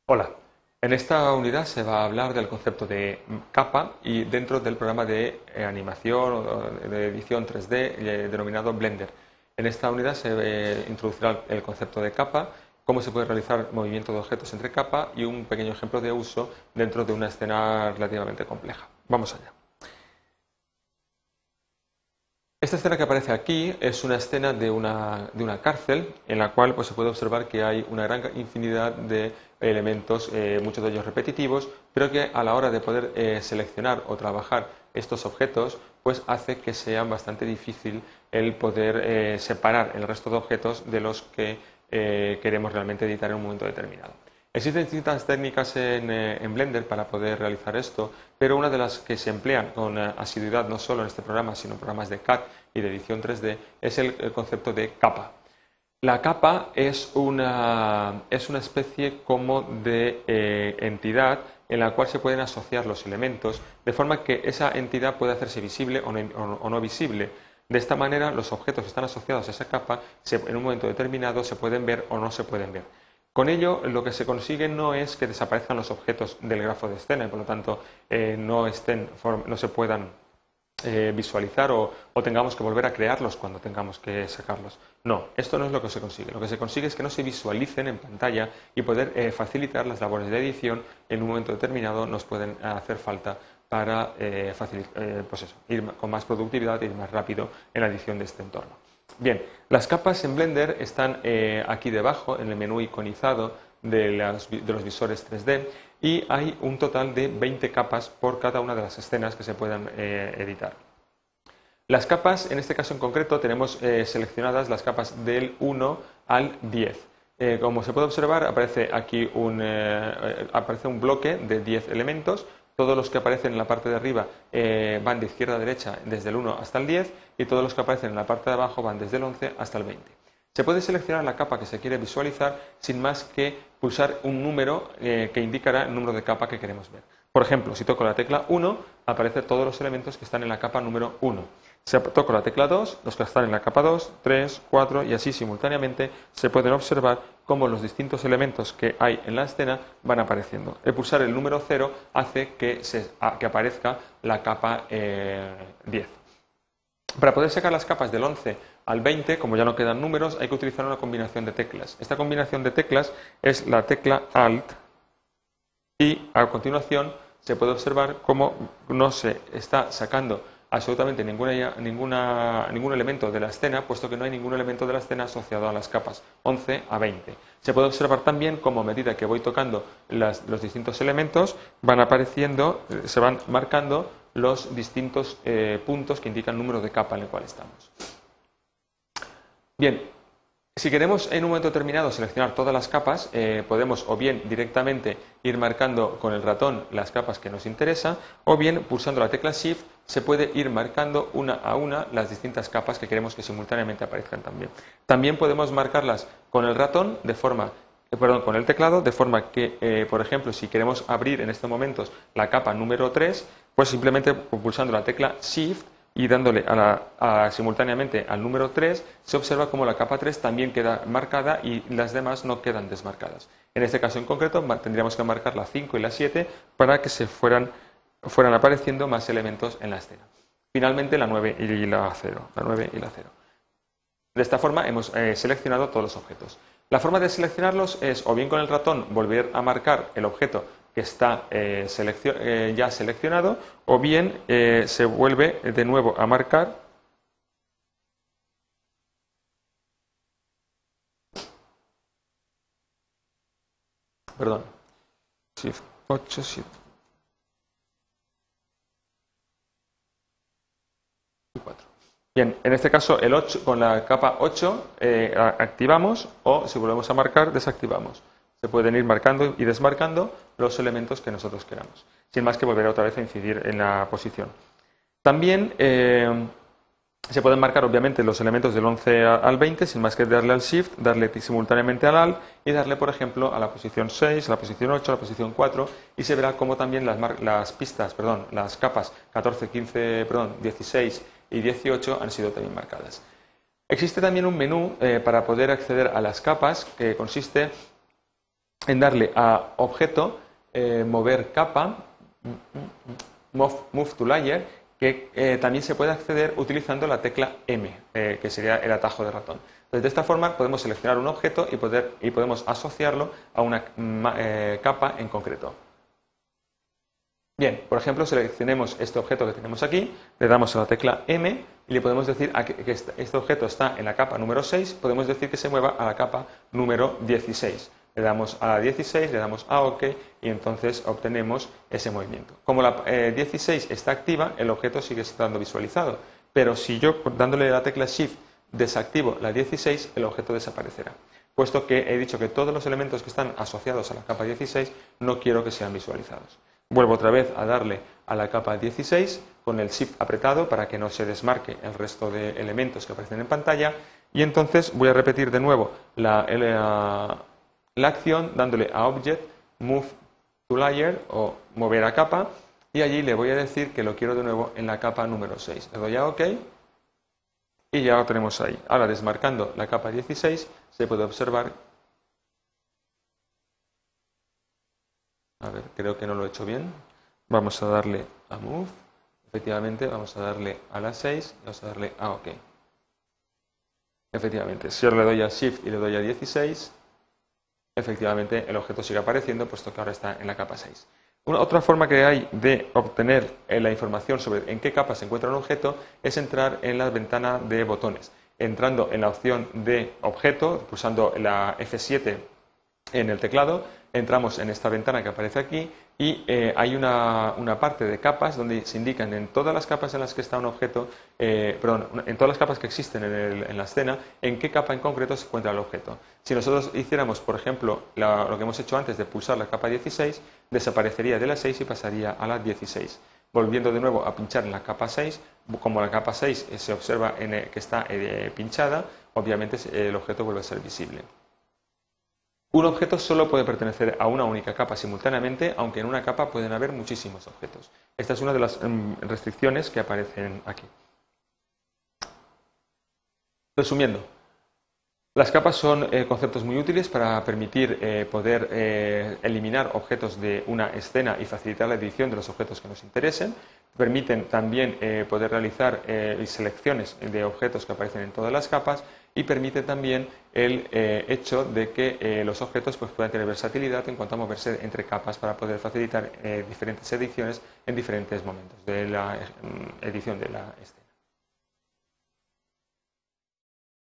Hola, en esta unidad se va a hablar del concepto de capa y dentro del programa de animación o de edición 3D denominado Blender. En esta unidad se introducirá el concepto de capa, cómo se puede realizar movimiento de objetos entre capa y un pequeño ejemplo de uso dentro de una escena relativamente compleja. Vamos allá. Esta escena que aparece aquí es una escena de una cárcel en la cual se puede observar que hay una gran infinidad de elementos, muchos de ellos repetitivos, pero que a la hora de poder seleccionar o trabajar estos objetos, pues hace que sea bastante difícil el poder separar el resto de objetos de los que queremos realmente editar en un momento determinado. Existen distintas técnicas en Blender para poder realizar esto, pero una de las que se emplean con asiduidad no solo en este programa, sino en programas de CAD y de edición 3D, es el concepto de capa. La capa es una especie como de entidad en la cual se pueden asociar los elementos de forma que esa entidad puede hacerse visible o no visible. De esta manera, los objetos que están asociados a esa capa en un momento determinado se pueden ver o no se pueden ver. Con ello, lo que se consigue no es que desaparezcan los objetos del grafo de escena y por lo tanto no se puedan visualizar o tengamos que volver a crearlos cuando tengamos que sacarlos. No, esto no es lo que se consigue. Lo que se consigue es que no se visualicen en pantalla y poder facilitar las labores de edición en un momento determinado nos pueden hacer falta para ir con más productividad y ir más rápido en la edición de este entorno. Bien, las capas en Blender están aquí debajo en el menú iconizado de los visores 3D y hay un total de 20 capas por cada una de las escenas que se puedan editar. Las capas, en este caso en concreto, tenemos seleccionadas las capas del 1 al 10. Como se puede observar, aparece aquí aparece un bloque de 10 elementos. Todos los que aparecen en la parte de arriba van de izquierda a derecha desde el 1 hasta el 10 y todos los que aparecen en la parte de abajo van desde el 11 hasta el 20. Se puede seleccionar la capa que se quiere visualizar sin más que pulsar un número que indicará el número de capa que queremos ver. Por ejemplo, si toco la tecla 1, aparecen todos los elementos que están en la capa número 1. Si toco la tecla 2, los que están en la capa 2, 3, 4 y así simultáneamente se pueden observar cómo los distintos elementos que hay en la escena van apareciendo. El pulsar el número 0 hace que aparezca la capa 10. Para poder sacar las capas del 11 al 20, como ya no quedan números, hay que utilizar una combinación de teclas. Esta combinación de teclas es la tecla Alt y a continuación se puede observar cómo no se está sacando absolutamente ningún elemento de la escena, puesto que no hay ningún elemento de la escena asociado a las capas 11 a 20. Se puede observar también cómo a medida que voy tocando los distintos elementos van apareciendo, se van marcando los distintos puntos que indican el número de capa en el cual estamos. Bien, si queremos en un momento determinado seleccionar todas las capas, podemos o bien directamente ir marcando con el ratón las capas que nos interesan, o bien pulsando la tecla Shift se puede ir marcando una a una las distintas capas que queremos que simultáneamente aparezcan también. También podemos marcarlas con el ratón con el teclado, de forma que, por ejemplo, si queremos abrir en estos momentos la capa número 3, pues simplemente pulsando la tecla Shift y dándole simultáneamente al número 3, se observa como la capa 3 también queda marcada y las demás no quedan desmarcadas. En este caso en concreto tendríamos que marcar la 5 y la 7 para que se fueran apareciendo más elementos en la escena. Finalmente la 9 y la 0. De esta forma hemos seleccionado todos los objetos. La forma de seleccionarlos es o bien con el ratón volver a marcar el objeto que está ya seleccionado, o bien se vuelve de nuevo a marcar Shift 8, 7 y 4. Bien, en este caso el 8, con la capa 8 activamos, o si volvemos a marcar desactivamos. Se pueden ir marcando y desmarcando los elementos que nosotros queramos, sin más que volver otra vez a incidir en la posición. También se pueden marcar obviamente los elementos del 11 al 20, sin más que darle al Shift, darle simultáneamente al Alt y darle, por ejemplo, a la posición 6, a la posición 8, a la posición 4, y se verá cómo también las capas 14, 15, 16 y 18 han sido también marcadas. Existe también un menú para poder acceder a las capas que consiste en darle a objeto, mover capa, move to layer, que también se puede acceder utilizando la tecla M, que sería el atajo de ratón. Entonces, de esta forma podemos seleccionar un objeto y podemos asociarlo a una capa en concreto. Bien, por ejemplo, seleccionemos este objeto que tenemos aquí, le damos a la tecla M y le podemos decir que este objeto está en la capa número 6, podemos decir que se mueva a la capa número 16. Le damos a la 16, le damos a OK y entonces obtenemos ese movimiento. Como la 16 está activa, el objeto sigue estando visualizado, pero si yo dándole la tecla Shift desactivo la 16, el objeto desaparecerá, puesto que he dicho que todos los elementos que están asociados a la capa 16 no quiero que sean visualizados. Vuelvo otra vez a darle a la capa 16 con el Shift apretado para que no se desmarque el resto de elementos que aparecen en pantalla y entonces voy a repetir de nuevo la acción dándole a Object, Move to Layer o mover a capa y allí le voy a decir que lo quiero de nuevo en la capa número 6. Le doy a OK y ya lo tenemos ahí. Ahora desmarcando la capa 16 se puede observar. A ver, creo que no lo he hecho bien. Vamos a darle a Move. Efectivamente, vamos a darle a la 6 y vamos a darle a OK. Efectivamente, si ahora le doy a Shift y le doy a 16, efectivamente el objeto sigue apareciendo, puesto que ahora está en la capa 6. Otra forma que hay de obtener la información sobre en qué capa se encuentra un objeto es entrar en la ventana de botones. Entrando en la opción de objeto, pulsando la F7 en el teclado, entramos en esta ventana que aparece aquí y hay una parte de capas donde se indican en todas las capas en las que está un objeto, en todas las capas que existen en la escena, en qué capa en concreto se encuentra el objeto. Si nosotros hiciéramos, por ejemplo, lo que hemos hecho antes de pulsar la capa 16, desaparecería de la 6 y pasaría a la 16. Volviendo de nuevo a pinchar en la capa 6, como la capa 6 se observa que está pinchada, obviamente el objeto vuelve a ser visible. Un objeto solo puede pertenecer a una única capa simultáneamente, aunque en una capa pueden haber muchísimos objetos. Esta es una de las restricciones que aparecen aquí. Resumiendo, las capas son conceptos muy útiles para permitir poder eliminar objetos de una escena y facilitar la edición de los objetos que nos interesen. Permiten también poder realizar selecciones de objetos que aparecen en todas las capas y permite también el hecho de que los objetos puedan tener versatilidad en cuanto a moverse entre capas para poder facilitar diferentes ediciones en diferentes momentos de la edición de la escena.